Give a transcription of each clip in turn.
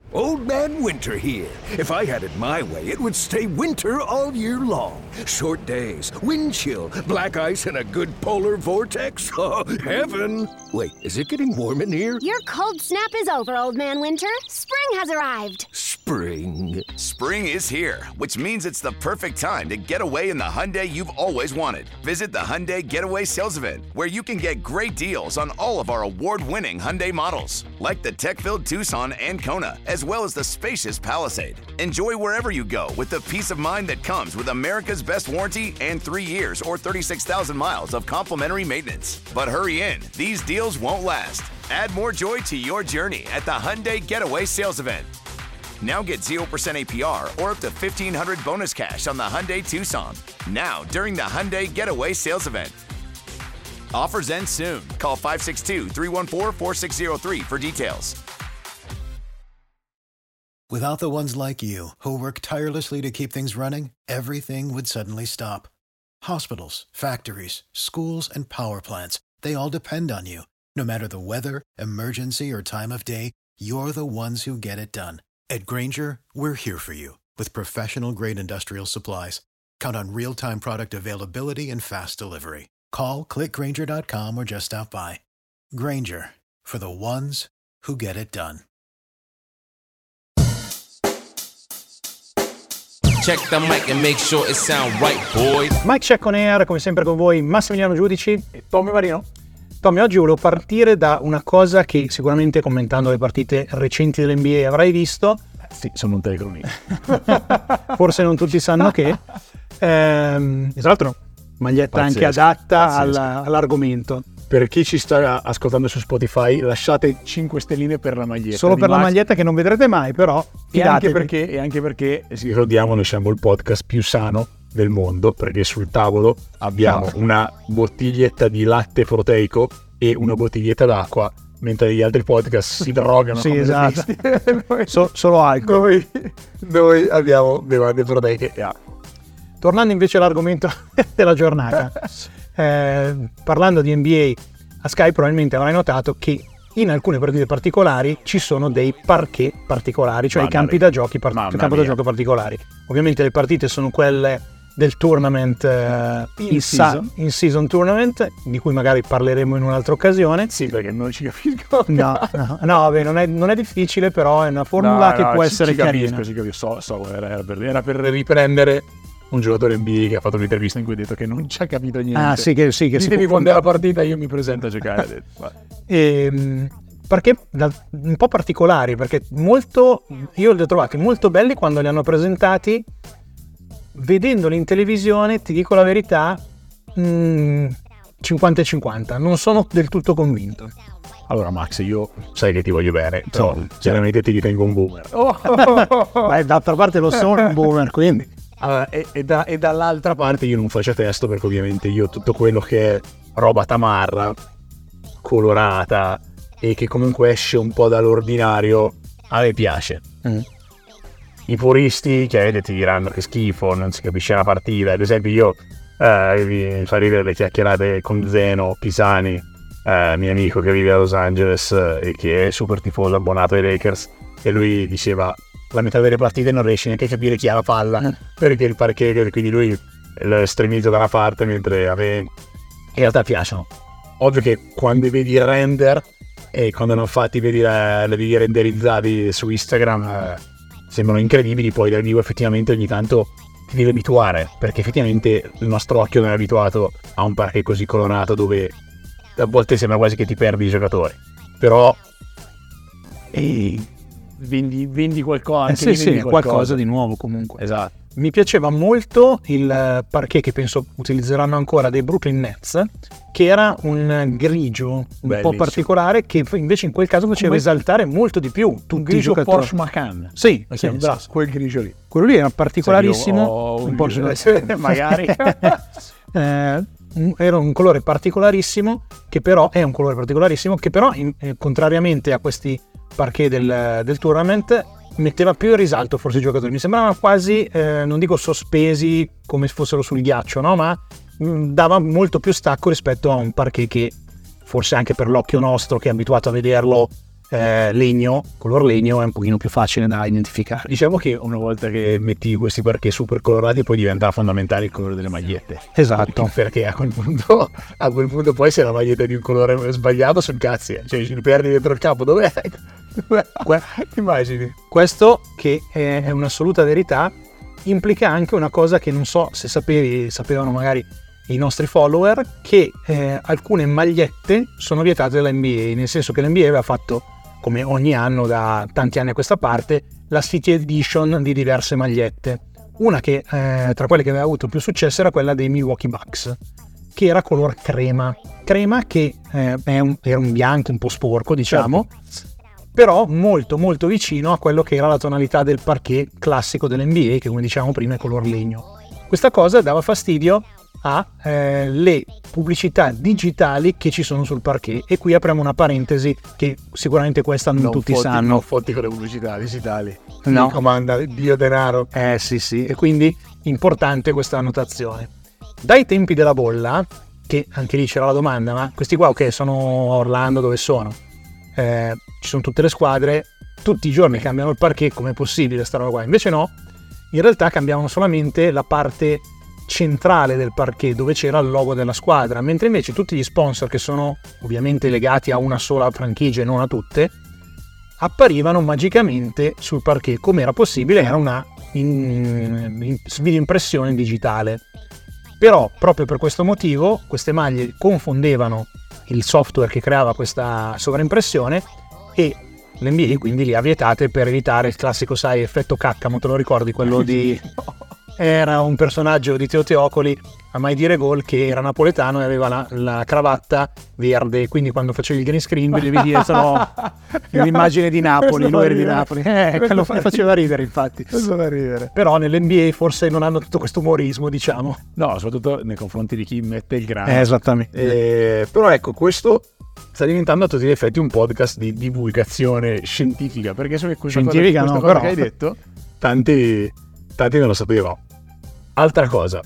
Old Man Winter here. If I had it my way, it would stay winter all year long. Short days, wind chill, black ice, and a good polar vortex. Oh, heaven! Wait, is it getting warm in here? Your cold snap is over, Old Man Winter. Spring has arrived. Spring. Spring is here, which means it's the perfect time to get away in the Hyundai you've always wanted. Visit the Hyundai Getaway Sales Event, where you can get great deals on all of our award-winning Hyundai models, like the tech-filled Tucson and Kona, as well as the spacious Palisade. Enjoy wherever you go with the peace of mind that comes with America's best warranty and 3 years or 36,000 miles of complimentary maintenance. But hurry in, these deals won't last. Add more joy to your journey at the Hyundai Getaway Sales Event. Now get 0% APR or up to $1,500 bonus cash on the Hyundai Tucson. Now, during the Hyundai Getaway Sales Event. Offers end soon. Call 562-314-4603 for details. Without the ones like you, who work tirelessly to keep things running, everything would suddenly stop. Hospitals, factories, schools, and power plants, they all depend on you. No matter the weather, emergency, or time of day, you're the ones who get it done. At Grainger, we're here for you with professional-grade industrial supplies. Count on real-time product availability and fast delivery. Call, click Grainger.com, or just stop by. Grainger, for the ones who get it done. Check the mic and make sure it sound right, boy. Mike Check on Air, come sempre con voi Massimiliano Giudici e Tommy Marino. Tommy, oggi volevo partire da una cosa che sicuramente commentando le partite recenti dell'NBA avrai visto. Sì, sono un telecronista. Forse non tutti sanno che. Tra l'altro, maglietta anche adatta all'argomento. Per chi ci sta ascoltando su Spotify, lasciate 5 stelline per la maglietta. Solo per la maglietta che non vedrete mai, però. E anche perché, ricordiamo, noi siamo il podcast più sano del mondo, perché sul tavolo abbiamo una bottiglietta di latte proteico e una bottiglietta d'acqua, mentre gli altri podcast si drogano. Sì, esatto. Solo alcol. Noi abbiamo bevande proteiche e acqua. Tornando invece all'argomento della giornata, parlando di NBA a Sky, probabilmente avrai notato che in alcune partite particolari ci sono dei parquet particolari, cioè i campi da gioco particolari. Ovviamente le partite sono quelle del tournament in season tournament, di cui magari parleremo in un'altra occasione. Sì, perché non ci capisco. No, vabbè, non è difficile, però è una formula che può essere carina. Ci capisco. Era per riprendere un giocatore NBA che ha fatto un'intervista in cui ha detto che non ci ha capito niente. Ah, sì, che ditemi quando è la partita, io mi presento a giocare. Perché un po' particolari, perché io li ho trovati molto belli quando li hanno presentati. Vedendoli in televisione, ti dico la verità, 50-50, non sono del tutto convinto. Allora Max, io sai che ti voglio bene, però chiaramente ti ritengo un boomer. Ma d'altra parte lo sono un boomer, quindi. Allora, e dall'altra parte io non faccio testo, perché ovviamente io tutto quello che è roba tamarra, colorata e che comunque esce un po' dall'ordinario, a me piace. I puristi chiaramente ti diranno che schifo, non si capisce una partita. Ad esempio io mi fa ridere le chiacchierate con Zeno Pisani, mio amico che vive a Los Angeles e che è super tifoso abbonato ai Lakers, e lui diceva la metà delle partite non riesce neanche a capire chi ha la palla perché il parquet, quindi lui estremizza da una parte, mentre a me in realtà piacciono. Ovvio che quando vedi il render e quando hanno fatti vedi li renderizzati su Instagram sembrano incredibili, poi dal vivo effettivamente ogni tanto ti devi abituare, perché effettivamente il nostro occhio non è abituato a un parquet così colorato dove a volte sembra quasi che ti perdi i giocatori, però vendi qualcosa, qualcosa di nuovo comunque. Esatto. Mi piaceva molto il parquet che penso utilizzeranno ancora dei Brooklyn Nets, che era un grigio un po' particolare, che invece in quel caso faceva esaltare molto di più tutti i giocatori. Porsche Macan. Sì, quel grigio lì. Quello lì era particolarissimo. Un Porsche magari. Era un colore particolarissimo, che però contrariamente a questi parquet del tournament metteva più in risalto forse i giocatori. Mi sembravano quasi, non dico sospesi come se fossero sul ghiaccio, no? Ma dava molto più stacco rispetto a un parquet che forse anche per l'occhio nostro che è abituato a vederlo legno, color legno, è un pochino più facile da identificare. Diciamo che una volta che metti questi parquet super colorati poi diventa fondamentale il colore delle magliette. Esatto. Perché a quel punto poi se la maglietta è di un colore sbagliato sono cazzi, cioè ci perdi dentro il capo, dov'è? Immagini. Questo, che è un'assoluta verità, implica anche una cosa che non so se sapevano magari i nostri follower, che alcune magliette sono vietate dalla NBA, nel senso che l'NBA aveva fatto, come ogni anno da tanti anni a questa parte, la City Edition di diverse magliette. Una che tra quelle che aveva avuto più successo era quella dei Milwaukee Bucks, che era color crema che era un bianco un po' sporco, diciamo, però molto molto vicino a quello che era la tonalità del parquet classico dell'NBA, che come dicevamo prima è color legno. Questa cosa dava fastidio alle pubblicità digitali che ci sono sul parquet, e qui apriamo una parentesi che sicuramente questa non tutti sanno. Non fotti con le pubblicità digitali, no, mi comanda Dio denaro. Sì, e quindi importante questa annotazione. Dai tempi della bolla, che anche lì c'era la domanda, ma questi qua ok, sono a Orlando, dove sono? Ci sono tutte le squadre, tutti i giorni cambiano il parquet, com'è possibile sta roba qua? Invece no, in realtà cambiavano solamente la parte centrale del parquet dove c'era il logo della squadra, mentre invece tutti gli sponsor, che sono ovviamente legati a una sola franchigia e non a tutte, apparivano magicamente sul parquet. Come era possibile? Era una videoimpressione digitale. Però proprio per questo motivo queste maglie confondevano il software che creava questa sovraimpressione, e l'NBA quindi li ha vietate per evitare il classico, sai, effetto Caccamo, te lo ricordi? Quello di... Era un personaggio di Teo Teocoli a Mai Dire Gol che era napoletano e aveva la cravatta verde, quindi quando facevi il green screen vedevi dietro l'immagine di Napoli, lui era di Napoli, quello faceva ridere, infatti. Questo ridere. Però nell'NBA forse non hanno tutto questo umorismo, diciamo. No, soprattutto nei confronti di chi mette il grano. Esattamente. Però ecco, questo sta diventando a tutti gli effetti un podcast di divulgazione scientifica, perché scientifica questa no, cosa però che hai detto tanti non lo sapevano. Altra cosa,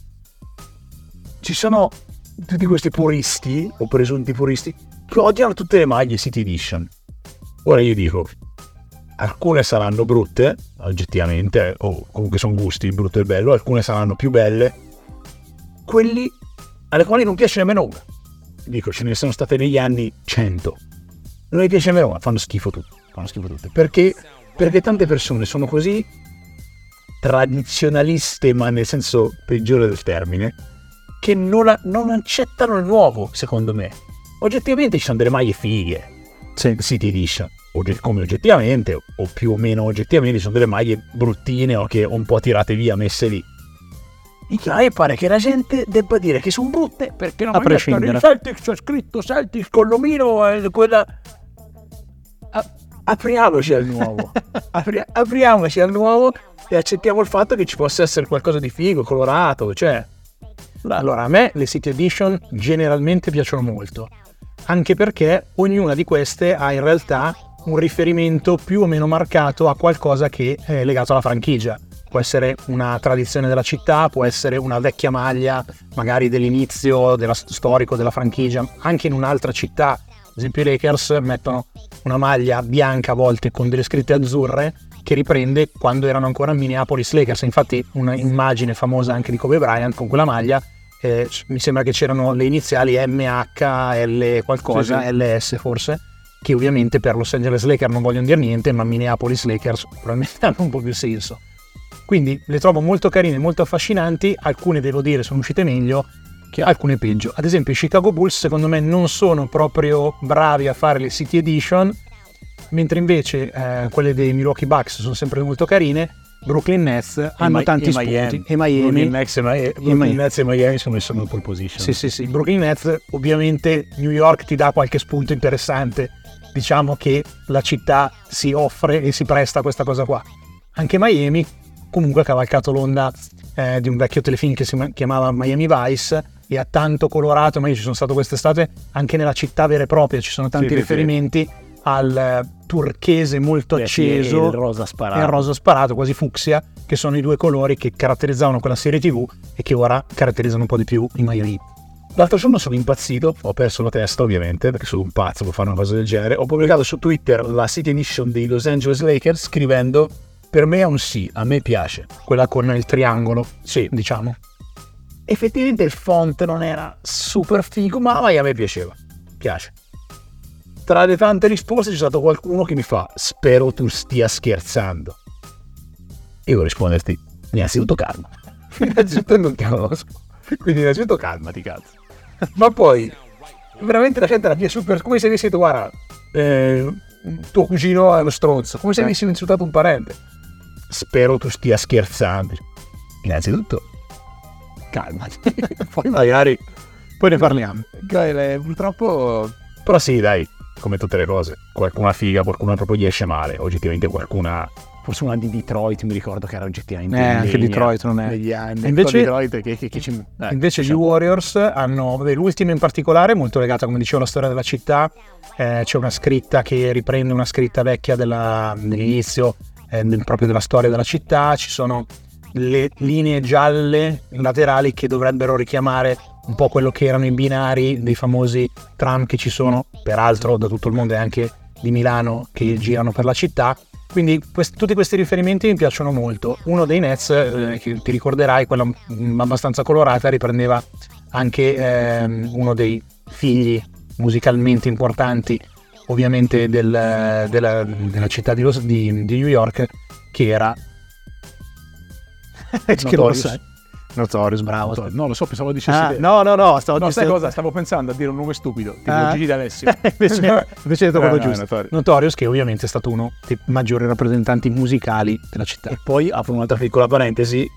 ci sono tutti questi puristi o presunti puristi che odiano tutte le maglie City Edition. Ora io dico, alcune saranno brutte oggettivamente, o comunque sono gusti, il brutto e il bello, alcune saranno più belle, quelli alle quali non piace nemmeno una. Dico, ce ne sono state negli anni 100, non mi piace nemmeno una, fanno schifo tutte, perché tante persone sono così tradizionaliste, ma nel senso peggiore del termine, che non accettano il nuovo. Secondo me oggettivamente ci sono delle maglie fighe, City Edition, come oggettivamente o più o meno oggettivamente ci sono delle maglie bruttine o che un po' tirate via, messe lì. E pare che la gente debba dire che sono brutte perché non prescindere. Celtics c'è scritto Celtics con l'omino, quella... Apriamoci al nuovo. Apriamoci al nuovo e accettiamo il fatto che ci possa essere qualcosa di figo, colorato, cioè. Allora, a me le City Edition generalmente piacciono molto, anche perché ognuna di queste ha in realtà un riferimento più o meno marcato a qualcosa che è legato alla franchigia. Può essere una tradizione della città, può essere una vecchia maglia, magari dell'inizio storico della franchigia, anche in un'altra città. Ad esempio i Lakers mettono una maglia bianca a volte con delle scritte azzurre che riprende quando erano ancora Minneapolis Lakers. Infatti una immagine famosa anche di Kobe Bryant con quella maglia, mi sembra che c'erano le iniziali MHL qualcosa, sì. LS forse, che ovviamente per Los Angeles Lakers non vogliono dire niente, ma Minneapolis Lakers probabilmente hanno un po' più senso. Quindi le trovo molto carine, molto affascinanti, alcune devo dire sono uscite meglio, alcune peggio. Ad esempio i Chicago Bulls secondo me non sono proprio bravi a fare le City Edition, mentre invece quelle dei Milwaukee Bucks sono sempre molto carine. Brooklyn Nets hanno tanti spunti, e Miami. Brooklyn Nets e Miami sono messo in pole position. Sì. Brooklyn Nets, ovviamente New York ti dà qualche spunto interessante, diciamo che la città si offre e si presta a questa cosa qua. Anche Miami comunque ha cavalcato l'onda di un vecchio telefilm che si chiamava Miami Vice, e ha tanto colorato, ma io ci sono stato quest'estate anche nella città vera e propria, ci sono tanti riferimenti al turchese molto acceso e il rosa sparato, quasi fucsia, che sono i due colori che caratterizzavano quella serie TV e che ora caratterizzano un po' di più i Miami. L'altro giorno sono impazzito, ho perso la testa ovviamente, perché sono un pazzo per fare una cosa del genere. Ho pubblicato su Twitter la City Edition dei Los Angeles Lakers scrivendo: per me è un sì, a me piace. Quella con il triangolo, Sì, diciamo. effettivamente il font non era super figo, ma a me piaceva. Piace. Tra le tante risposte c'è stato qualcuno che mi fa: spero tu stia scherzando. Io devo risponderti: innanzitutto calma. Innanzitutto non ti conosco. Quindi innanzitutto calmati, cazzo. Ma poi veramente la gente la piace super, come se avessi detto: guarda, tuo cugino è uno stronzo, come se avessi insultato un parente. Spero tu stia scherzando. Innanzitutto calmati. Poi magari Poi ne parliamo. purtroppo. Però sì, dai, come tutte le cose, qualcuna figa, qualcuna proprio gli esce male. Oggettivamente qualcuna, forse una di Detroit, mi ricordo che era oggettivamente Anche Detroit non è. negli anni. E invece- Detroit Invece gli Warriors hanno, l'ultimo in particolare, molto legata, come dicevo, alla storia della città. C'è una scritta che riprende una scritta vecchia dell'inizio proprio della storia della città. Ci sono le linee gialle laterali che dovrebbero richiamare un po' quello che erano i binari dei famosi tram che ci sono, peraltro da tutto il mondo e anche di Milano, che girano per la città. Quindi tutti questi riferimenti mi piacciono molto. Uno dei Nets, che ti ricorderai, quella abbastanza colorata, riprendeva anche uno dei figli musicalmente importanti, ovviamente della città di New York, che era che lo sai. Notorious, bravo. No, lo so, pensavo dicessi No, sai cosa? Stavo pensando a dire un nome stupido, tipo Gigi D'Alessio. invece hai detto quello giusto. Notorious. Notorious, che ovviamente è stato uno dei maggiori rappresentanti musicali della città. E poi apro un'altra piccola parentesi,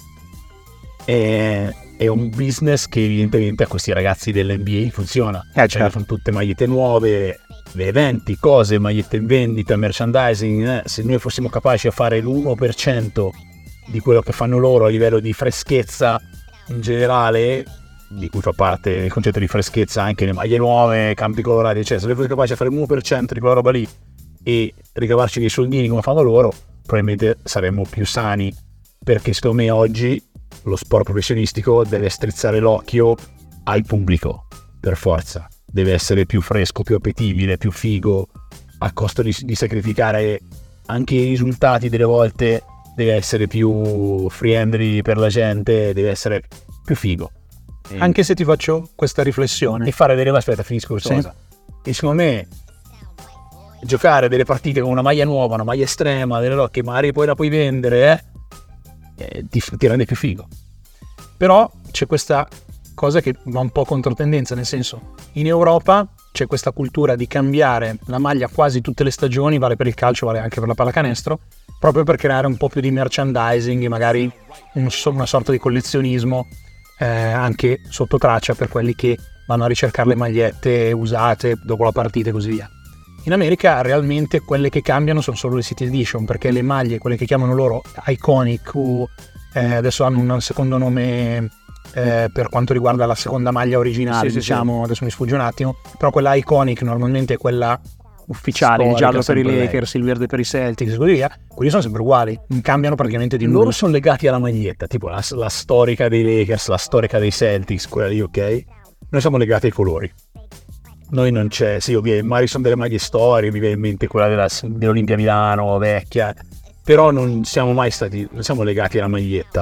è un business che evidentemente a questi ragazzi dell'NBA funziona. Certo. Sono tutte magliette nuove, eventi, cose, magliette in vendita, merchandising. Se noi fossimo capaci a fare l'1% di quello che fanno loro a livello di freschezza in generale, di cui fa parte il concetto di freschezza anche le maglie nuove, campi colorati, eccetera, se noi fossimo capaci a fare l'1% di quella roba lì e ricavarci dei soldini come fanno loro, probabilmente saremmo più sani, perché secondo me oggi lo sport professionistico deve strizzare l'occhio al pubblico, per forza, deve essere più fresco, più appetibile, più figo, a costo di sacrificare anche i risultati delle volte. Deve essere più friendly per la gente, deve essere più figo. Anche se ti faccio questa riflessione. E fare delle... Aspetta, finisco questa cosa. E secondo me giocare delle partite con una maglia nuova, una maglia estrema, delle robe che magari poi la puoi vendere, ti rende più figo. Però c'è questa cosa che va un po' controtendenza, nel senso, in Europa c'è questa cultura di cambiare la maglia quasi tutte le stagioni, vale per il calcio, vale anche per la pallacanestro, proprio per creare un po' più di merchandising e magari una sorta di collezionismo anche sotto traccia per quelli che vanno a ricercare le magliette usate dopo la partita e così via. In America realmente quelle che cambiano sono solo le City Edition, perché le maglie, quelle che chiamano loro Iconic, adesso hanno un secondo nome per quanto riguarda la seconda maglia originale, diciamo. Adesso mi sfugge un attimo, però quella Iconic normalmente è quella ufficiale, il giallo per i Lakers, il verde per i Celtics e così via. Quelli sono sempre uguali, non cambiano praticamente di nulla. Loro sono legati alla maglietta, tipo la storica dei Lakers, la storica dei Celtics, quella lì, ok? Noi siamo legati ai colori. Noi non c'è, sì, magari sono delle maglie storiche, mi viene in mente quella dell'Olimpia Milano vecchia, però non siamo mai stati, non siamo legati alla maglietta,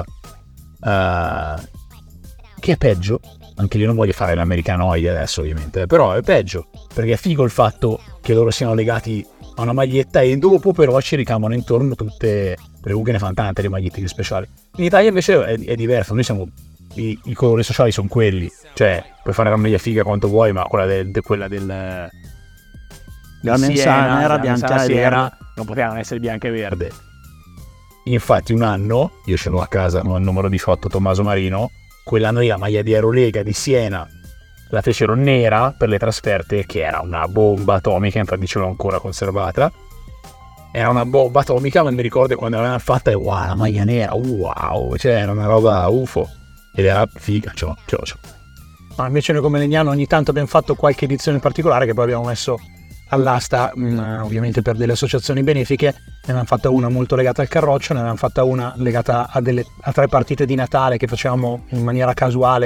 che è peggio. Anche lì non voglio fare l'americanoide adesso, ovviamente, però è peggio, perché è figo il fatto che loro siano legati a una maglietta e dopo però ci ricamano intorno tutte le ughe, ne fanno tante le magliette speciali. In Italia invece è diverso, noi siamo, i colori sociali sono quelli, cioè puoi fare la maglia figa quanto vuoi, ma quella della Mensana era bianca e verde, non potevano essere bianca e verde. Infatti un anno, io ce l'ho a casa, al numero 18 Tommaso Marino, quell'anno lì la maglia di Eurolega di Siena la fecero nera per le trasferte, che era una bomba atomica, infatti ce l'ho ancora conservata. Era una bomba atomica, ma mi ricordo quando l'avevano fatta e wow, la maglia nera, wow, cioè era una roba UFO ed era figa, ce l'ho. Ma invece noi come Legnano ogni tanto abbiamo fatto qualche edizione particolare che poi abbiamo messo all'asta, ovviamente per delle associazioni benefiche. Ne avevamo fatta una molto legata al Carroccio, ne avevamo fatta una legata a 3 partite di Natale che facevamo in maniera casuale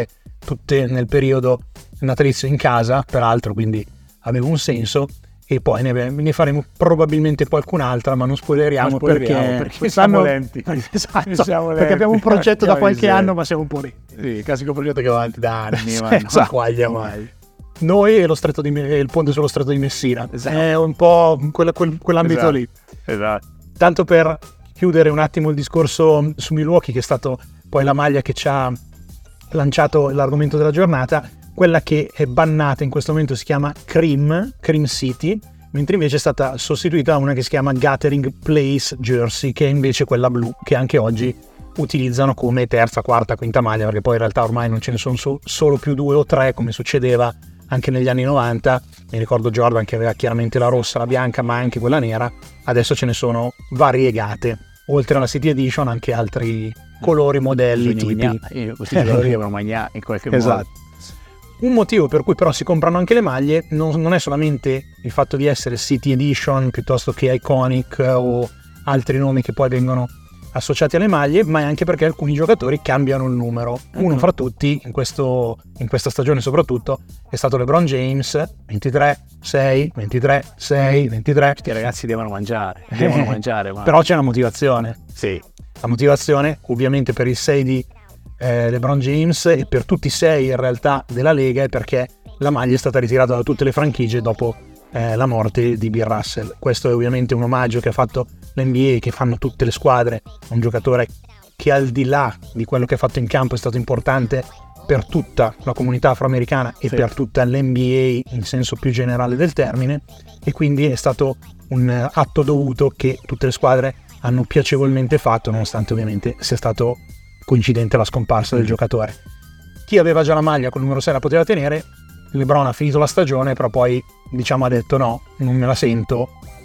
tutte nel periodo natalizio in casa, peraltro, quindi aveva un senso. E poi ne faremo probabilmente qualcun'altra, ma non spoileriamo perché siamo lenti. Esatto, perché abbiamo un progetto da qualche anno, ma siamo un po' lì. Sì, il classico progetto che va avanti da anni, ma Esatto. non quaglia mai. Noi e il ponte sullo stretto di Messina. Esatto. È un po' quell'ambito Esatto. lì. Esatto. Tanto per chiudere un attimo il discorso su Milwaukee, che è stato poi la maglia che ci ha lanciato l'argomento della giornata, quella che è bannata in questo momento si chiama Cream City, mentre invece è stata sostituita da una che si chiama Gathering Place Jersey, che è invece quella blu, che anche oggi utilizzano come terza, quarta, quinta maglia, perché poi in realtà ormai non ce ne sono solo più 2 o 3 come succedeva anche negli anni 90. Mi ricordo Jordan che aveva chiaramente la rossa, la bianca, ma anche quella nera. Adesso ce ne sono variegate, oltre alla City Edition anche altri colori, modelli, tipi. Questi giocatori devono mangiare in qualche modo. Esatto. Un motivo per cui però si comprano anche le maglie non è solamente il fatto di essere City Edition piuttosto che Iconic o altri nomi che poi vengono associati alle maglie, ma è anche perché alcuni giocatori cambiano il numero. Uno fra tutti, in questa stagione soprattutto, è stato LeBron James, 23, 6, 23, 6, 23. Questi ragazzi devono mangiare, ma... Però c'è una motivazione. Sì. La motivazione, ovviamente, per il 6 di LeBron James e per tutti i 6 in realtà della Lega, è perché la maglia è stata ritirata da tutte le franchigie dopo la morte di Bill Russell. Questo è ovviamente un omaggio che ha fatto l'NBA, che fanno tutte le squadre, un giocatore che al di là di quello che ha fatto in campo è stato importante per tutta la comunità afroamericana e per tutta l'NBA in senso più generale del termine, e quindi è stato un atto dovuto che tutte le squadre hanno piacevolmente fatto, nonostante ovviamente sia stato coincidente la scomparsa del giocatore. Chi aveva già la maglia con il numero 6 la poteva tenere. LeBron ha finito la stagione, però poi ha detto no, non me la sento,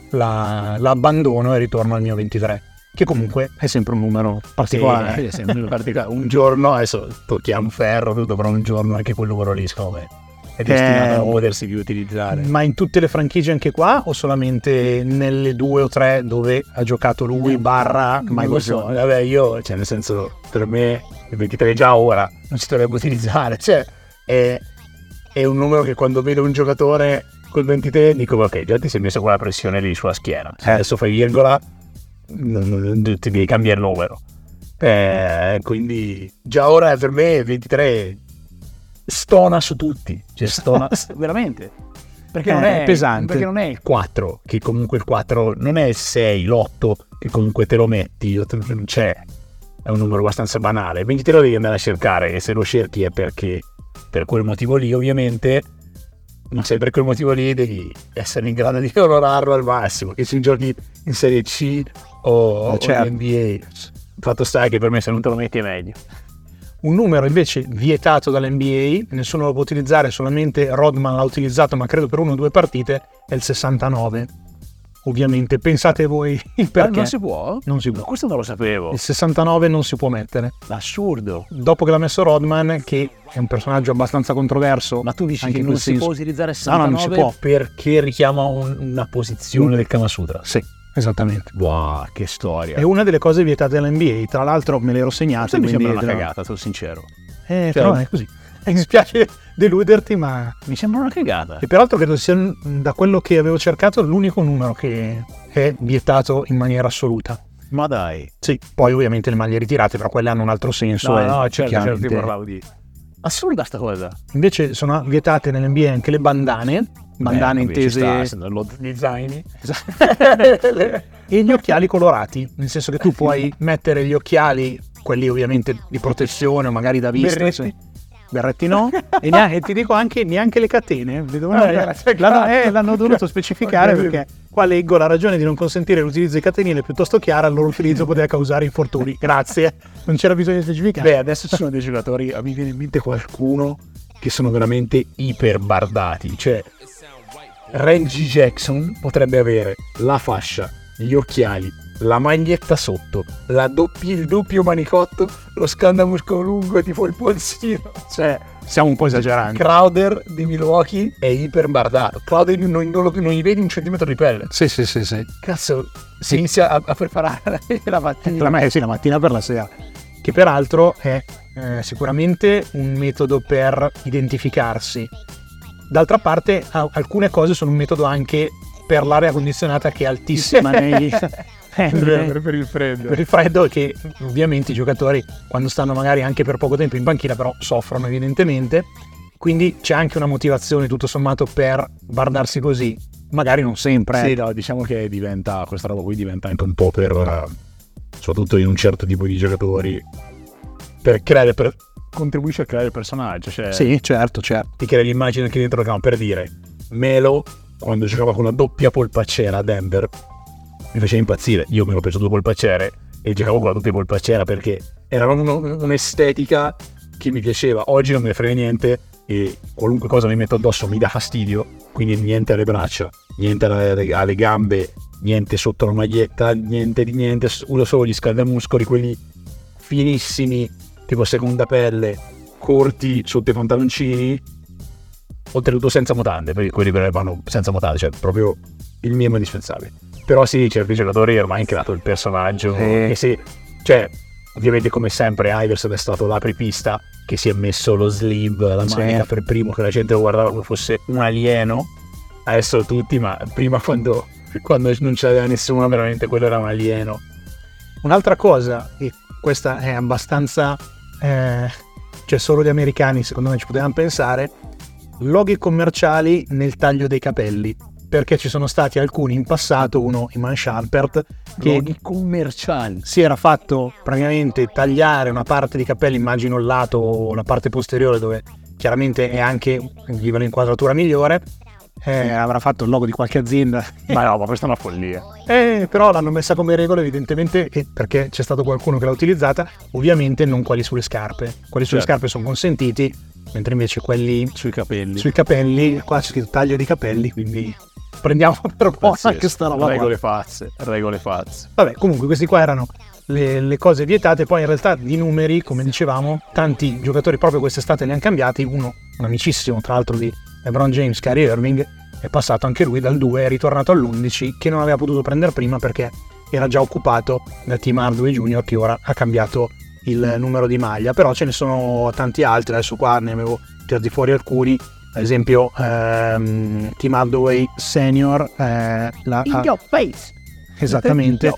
la abbandono e ritorno al mio 23, che comunque è sempre un numero particolare. Sì, è sempre un particolare. Un giorno, adesso tocchiamo ferro tutto, però un giorno anche quel numero lì secondo me è destinato a non potersi più utilizzare. Ma in tutte le franchigie anche qua, o solamente nelle 2 o 3 dove ha giocato lui barra Michael Jordan? Vabbè, io, nel senso, per me il 23 già ora non si dovrebbe utilizzare, è un numero che quando vedo un giocatore col 23 dico ok, già ti sei messo quella pressione lì sulla schiena, adesso fai virgola, ti devi cambiare il numero, quindi già ora per me il 23 stona su tutti, stona veramente, perché non è pesante, perché non è il 4, che comunque il 4 non è il 6, l'8 che comunque te lo metti, non c'è, è un numero abbastanza banale. Il 23 lo devi andare a cercare, e se lo cerchi è perché per quel motivo lì, ovviamente, ma se per quel motivo lì devi essere in grado di onorarlo al massimo, che si giochi in Serie C o in NBA. Il fatto sta che per me se non te lo metti è meglio. Un numero invece vietato dall'NBA, nessuno lo può utilizzare, solamente Rodman l'ha utilizzato, ma credo per 1 o 2 partite, è il 69. Ovviamente pensate voi il perché. Non si può? Non si può. Questo non lo sapevo. Il 69 non si può mettere. Assurdo. Dopo che l'ha messo Rodman, che è un personaggio abbastanza controverso. Ma tu dici anche che in non quel si senso. può utilizzare il 69? No, non si può. Perché richiama una posizione del Kama Sutra. Sì, esattamente. Wow, che storia. È una delle cose vietate dall'NBA. Tra l'altro me l'ero segnato. Mi sembra una cagata, sono sincero. Però è così. Mi dispiace deluderti, ma mi sembra una cagata. E peraltro credo sia, da quello che avevo cercato, l'unico numero che è vietato in maniera assoluta. Ma dai. Sì, poi ovviamente le maglie ritirate, però quelle hanno un altro senso. No, certo, ti parlavo di... Assurda sta cosa. Invece sono vietate nell'NBA anche le bandane intese gli zaini e gli occhiali colorati, nel senso che tu puoi mettere gli occhiali, quelli ovviamente di protezione o magari da vista, berretti no, e ti dico anche neanche le catene l'hanno dovuto specificare, perché qua leggo: la ragione di non consentire l'utilizzo di catenine piuttosto chiara, il loro utilizzo poteva causare infortuni. Grazie, non c'era bisogno di specificare. Beh, adesso ci sono dei giocatori, mi viene in mente qualcuno che sono veramente iper bardati, cioè Reggie Jackson potrebbe avere la fascia, gli occhiali, la maglietta sotto, il doppio manicotto, lo scandamuscolo lungo tipo il polsino, cioè stiamo un po' esagerando. Crowder di Milwaukee è iper bardato. Crowder non gli vedi un centimetro di pelle. Sì. Cazzo, inizia a preparare la mattina. La mattina per la sera, che peraltro è sicuramente un metodo per identificarsi. D'altra parte alcune cose sono un metodo anche per l'aria condizionata che è altissima per il freddo. Per il freddo, che ovviamente i giocatori quando stanno magari anche per poco tempo in panchina però soffrono evidentemente, quindi c'è anche una motivazione tutto sommato per guardarsi così, magari non sempre. Sì, no, diciamo che questa roba qui diventa anche un po' per soprattutto in un certo tipo di giocatori contribuisce a creare il personaggio, cioè sì, certo. ti crea l'immagine che dentro il campo. Per dire, Melo quando giocava con la doppia polpaccera a Denver mi faceva impazzire. Io me l'ho preso due polpaccere e giocavo con la doppia polpaccera perché era un'estetica che mi piaceva. Oggi non me ne frega niente e qualunque cosa mi metto addosso mi dà fastidio, quindi niente alle braccia, niente alle gambe, niente sotto la maglietta, niente di niente, uso solo gli scaldamuscoli, quelli finissimi tipo seconda pelle, corti sotto i pantaloncini, oltretutto senza mutande, perché quelli vanno senza mutande, cioè proprio il minimo indispensabile. Però sì, certi giocatori ormai hanno creato il personaggio e sì, cioè ovviamente come sempre Iverson è stato l'apripista che si è messo lo sleeve, la manica per primo, che la gente lo guardava come fosse un alieno. Adesso tutti, ma prima quando non c'aveva nessuno, veramente quello era un alieno. Un'altra cosa, e questa è abbastanza cioè solo gli americani secondo me ci potevano pensare, loghi commerciali nel taglio dei capelli, perché ci sono stati alcuni in passato, uno Iman Shumpert, che loghi commerciali si era fatto praticamente tagliare una parte di capelli, immagino il lato o la parte posteriore dove chiaramente è anche gli va l'inquadratura migliore, avrà fatto il logo di qualche azienda. ma questa è una follia. Però l'hanno messa come regola evidentemente perché c'è stato qualcuno che l'ha utilizzata, ovviamente non quelli sulle scarpe. Quelli sulle scarpe sono consentiti, mentre invece quelli sui capelli qua c'è scritto taglio di capelli, quindi prendiamo per buona anche sta roba. Regole pazze. Vabbè, comunque questi qua erano le cose vietate. Poi in realtà di numeri, come dicevamo, tanti giocatori proprio quest'estate li hanno cambiati. Un amicissimo tra l'altro di LeBron James, Kyrie Irving, è passato anche lui dal 2, è ritornato all'11, che non aveva potuto prendere prima perché era già occupato da Tim Hardaway Jr., che ora ha cambiato il numero di maglia. Però ce ne sono tanti altri, adesso qua ne avevo tirati fuori alcuni, ad esempio Tim Hardaway Senior, in your face, esattamente,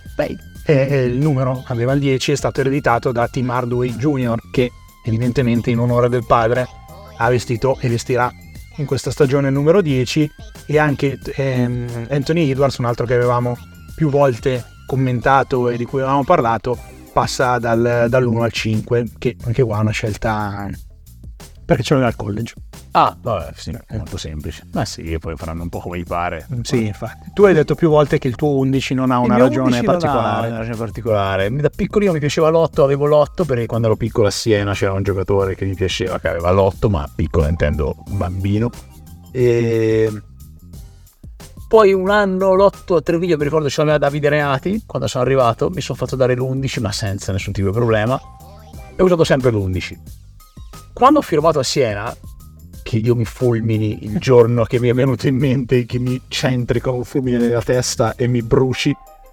e il numero aveva il 10, è stato ereditato da Tim Hardaway Jr., che evidentemente in onore del padre ha vestito e vestirà in questa stagione il numero 10. E anche Anthony Edwards, un altro che avevamo più volte commentato e di cui avevamo parlato, passa dall'1 al 5, che anche qua è una scelta perché ce l'aveva al college. Vabbè, sì, è molto semplice. Ma sì, poi faranno un po' come gli pare. Sì, infatti. Tu hai detto più volte che il tuo 11 non ha una ragione particolare. Una ragione particolare. Da piccolino mi piaceva l'8, avevo l'8 perché quando ero piccolo a Siena c'era un giocatore che mi piaceva, che aveva l'8, ma piccolo intendo bambino. E poi un anno l'8 a Treviglio, mi ricordo, ce l'aveva Davide Reati. Quando sono arrivato mi sono fatto dare l'11, ma senza nessun tipo di problema, e ho usato sempre l'11. Quando ho firmato a Siena, che io mi fulmini il giorno che mi è venuto in mente, che mi centri con un fulmine nella testa e mi bruci,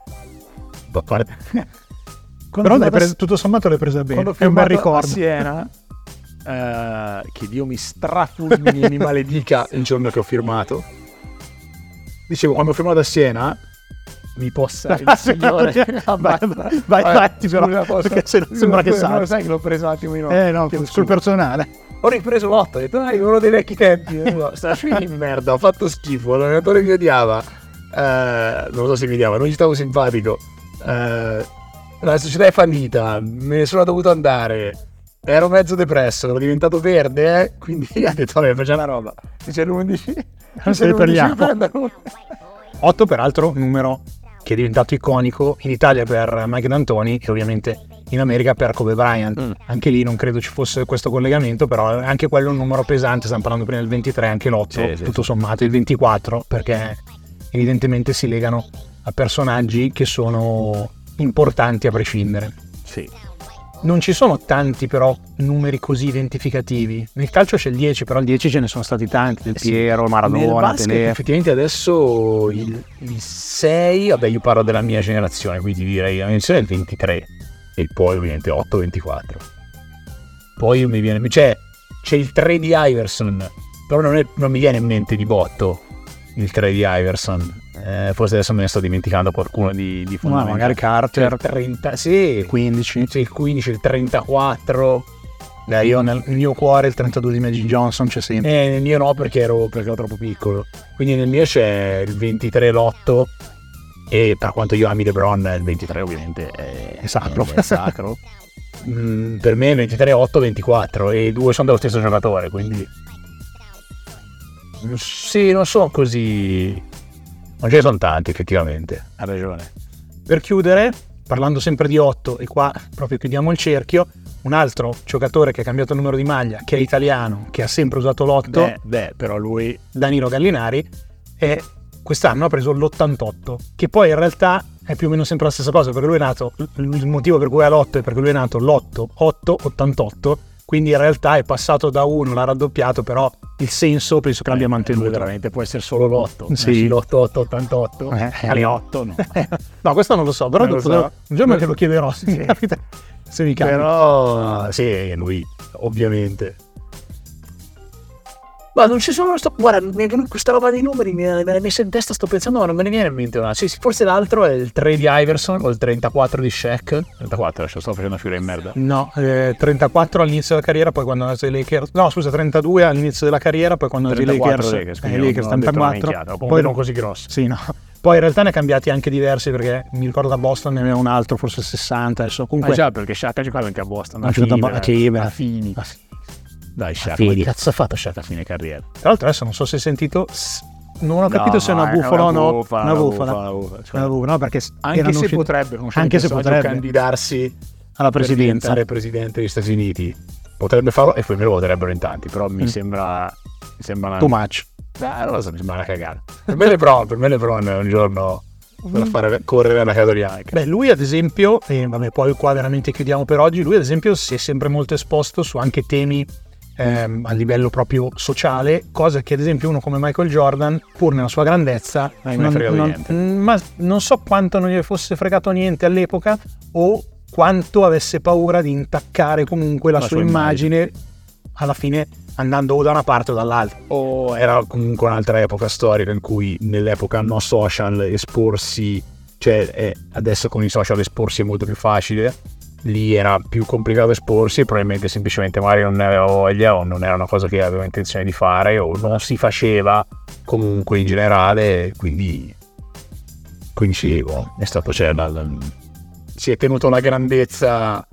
però tutto sommato l'hai presa bene, è un bel ricordo. A Siena, che Dio mi strafulmini e mi maledica il giorno che ho firmato. Dicevo, quando ho firmato a Siena mi possa il Signore. vai avanti, però, perché sembra che sa. Sai che l'ho preso un attimino sul personale. Ho ripreso l'8, ho detto dai, uno dei vecchi tempi. Sta di merda, ho fatto schifo, l'allenatore mi odiava, non so se mi odiava, non gli stavo simpatico, la società è fallita, me ne sono dovuto andare, ero mezzo depresso, ero diventato verde, quindi ha detto vabbè, facciamo una roba, dice l'11, non se ne parliamo. 8 peraltro numero che è diventato iconico in Italia per Mike D'Antoni e ovviamente in America per Kobe Bryant. Anche lì non credo ci fosse questo collegamento, però anche quello è un numero pesante. Stiamo parlando prima del 23, anche l'8 tutto sommato, il 24, perché evidentemente si legano a personaggi che sono importanti a prescindere. Sì. Non ci sono tanti però numeri così identificativi. Nel calcio c'è il 10, però il 10 ce ne sono stati tanti, Del Piero, Maradona, Pelé. Effettivamente adesso il 6, vabbè, io parlo della mia generazione, quindi direi la menzione è il 23 e poi ovviamente 8-24. Poi mi viene, c'è il 3 di Iverson, però non mi viene in mente di botto il 3 di Iverson. Forse adesso me ne sto dimenticando qualcuno di fondamentale. Magari Carter, 30, sì, 15. Sì, il 15, il 34. Io nel mio cuore il 32 di Magic Johnson c'è sempre. Nel mio no, perché ero troppo piccolo. Quindi nel mio c'è il 23 Lotto. E per quanto io ami LeBron, il 23 ovviamente è sacro. È sacro. Per me il 23 8, 24 e i due sono dello stesso giocatore, quindi sì, non sono così, non ce ne sono tanti effettivamente, ha ragione. Per chiudere, parlando sempre di 8, e qua proprio chiudiamo il cerchio, un altro giocatore che ha cambiato il numero di maglia, che è italiano, che ha sempre usato l'8, però lui, Danilo Gallinari, e quest'anno ha preso l'88, che poi in realtà è più o meno sempre la stessa cosa, perché lui è nato, il motivo per cui ha l'8 è perché lui è nato l'8-88, quindi in realtà è passato da 1, l'ha raddoppiato, però il senso penso che l'abbia mantenuto. Veramente può essere solo l'8, sì. l'8-88, alle 8 no. No, questo non lo so, però non lo so. un giorno te lo chiederò, se mi capita. Se mi capita. Però sì, lui ovviamente. Ma non ci sono, guarda, questa roba dei numeri mi è messa in testa, sto pensando, ma non me ne viene in mente una. Sì, forse l'altro è il 3 di Iverson o il 34 di Shaq. 34, adesso sto facendo figura in merda. No, 34 all'inizio della carriera, poi quando è andato ai Lakers. No, scusa, 32 all'inizio della carriera, poi quando è andato ai Lakers. Lakers 34. Poi non così grosso. Sì, no. Poi in realtà ne ha cambiati anche diversi, perché mi ricordo da Boston ne aveva un altro, forse 60, adesso comunque. Già, perché Shaq ha giocato anche a Boston. Ha giocato a Fini. Dai, Shaq, che cazzo ha fatto Shaq a fine carriera? Tra l'altro adesso non so se hai sentito, non ho capito se è una bufala o no. Una bufala, no, perché anche se potrebbe candidarsi alla presidenza, diventare presidente degli Stati Uniti, potrebbe farlo, e poi me lo voterebbero in tanti, però mi sembra una... too much. Non lo so, mi sembra una cagata. Per me LeBron è un giorno per fare correre la catorianica. Beh, lui ad esempio, e vabbè, poi qua veramente chiudiamo per oggi, lui ad esempio si è sempre molto esposto su anche temi a livello proprio sociale, cosa che ad esempio uno come Michael Jordan, pur nella sua grandezza, ma non so quanto non gli fosse fregato niente all'epoca o quanto avesse paura di intaccare comunque la sua immagine alla fine, andando o da una parte o dall'altra. O era comunque un'altra epoca storica in cui, nell'epoca no social, esporsi, cioè adesso con i social esporsi è molto più facile. Lì era più complicato esporsi, probabilmente semplicemente magari non ne aveva voglia, o non era una cosa che aveva intenzione di fare, o non si faceva comunque in generale, quindi sì, è stato, si è tenuto la grandezza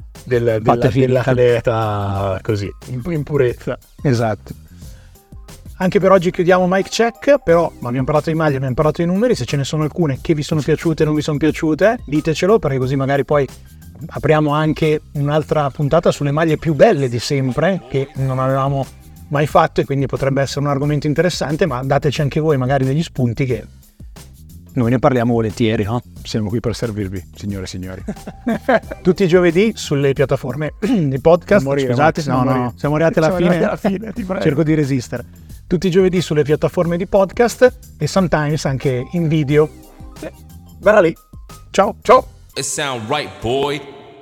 dell'atleta così, in purezza. Esatto. Anche per oggi chiudiamo Mic Check, però abbiamo parlato di maglie, abbiamo parlato di numeri, se ce ne sono alcune che vi sono piaciute e non vi sono piaciute, ditecelo, perché così magari poi apriamo anche un'altra puntata sulle maglie più belle di sempre, che non avevamo mai fatto, e quindi potrebbe essere un argomento interessante, ma dateci anche voi magari degli spunti, che noi ne parliamo volentieri, no? Siamo qui per servirvi, signore e signori. Tutti i giovedì sulle piattaforme di podcast. Scusate, no, siamo arrivati alla fine, ti prego. Cerco di resistere. Tutti i giovedì sulle piattaforme di podcast e sometimes anche in video. Guarda lì. Ciao. It sound right, boy.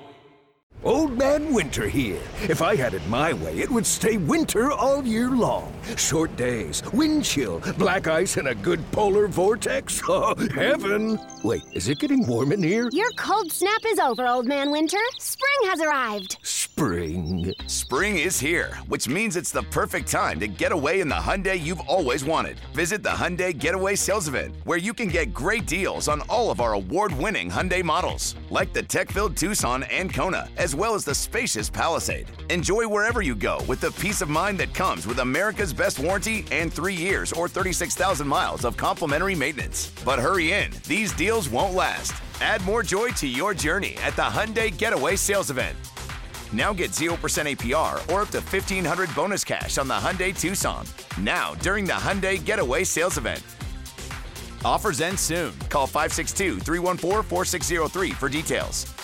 Old Man Winter here. If I had it my way, it would stay winter all year long. Short days, wind chill, black ice, and a good polar vortex. Oh, heaven! Wait, is it getting warm in here? Your cold snap is over, Old Man Winter. Spring has arrived. Spring. Spring is here, which means it's the perfect time to get away in the Hyundai you've always wanted. Visit the Hyundai Getaway Sales Event, where you can get great deals on all of our award-winning Hyundai models, like the tech-filled Tucson and Kona, as well as the spacious Palisade. Enjoy wherever you go with the peace of mind that comes with America's best warranty and 3 years or 36,000 miles of complimentary maintenance. But hurry in, these deals won't last. Add more joy to your journey at the Hyundai Getaway Sales Event. Now get 0% APR or up to $1,500 bonus cash on the Hyundai Tucson. Now, during the Hyundai Getaway Sales Event. Offers end soon. Call 562-314-4603 for details.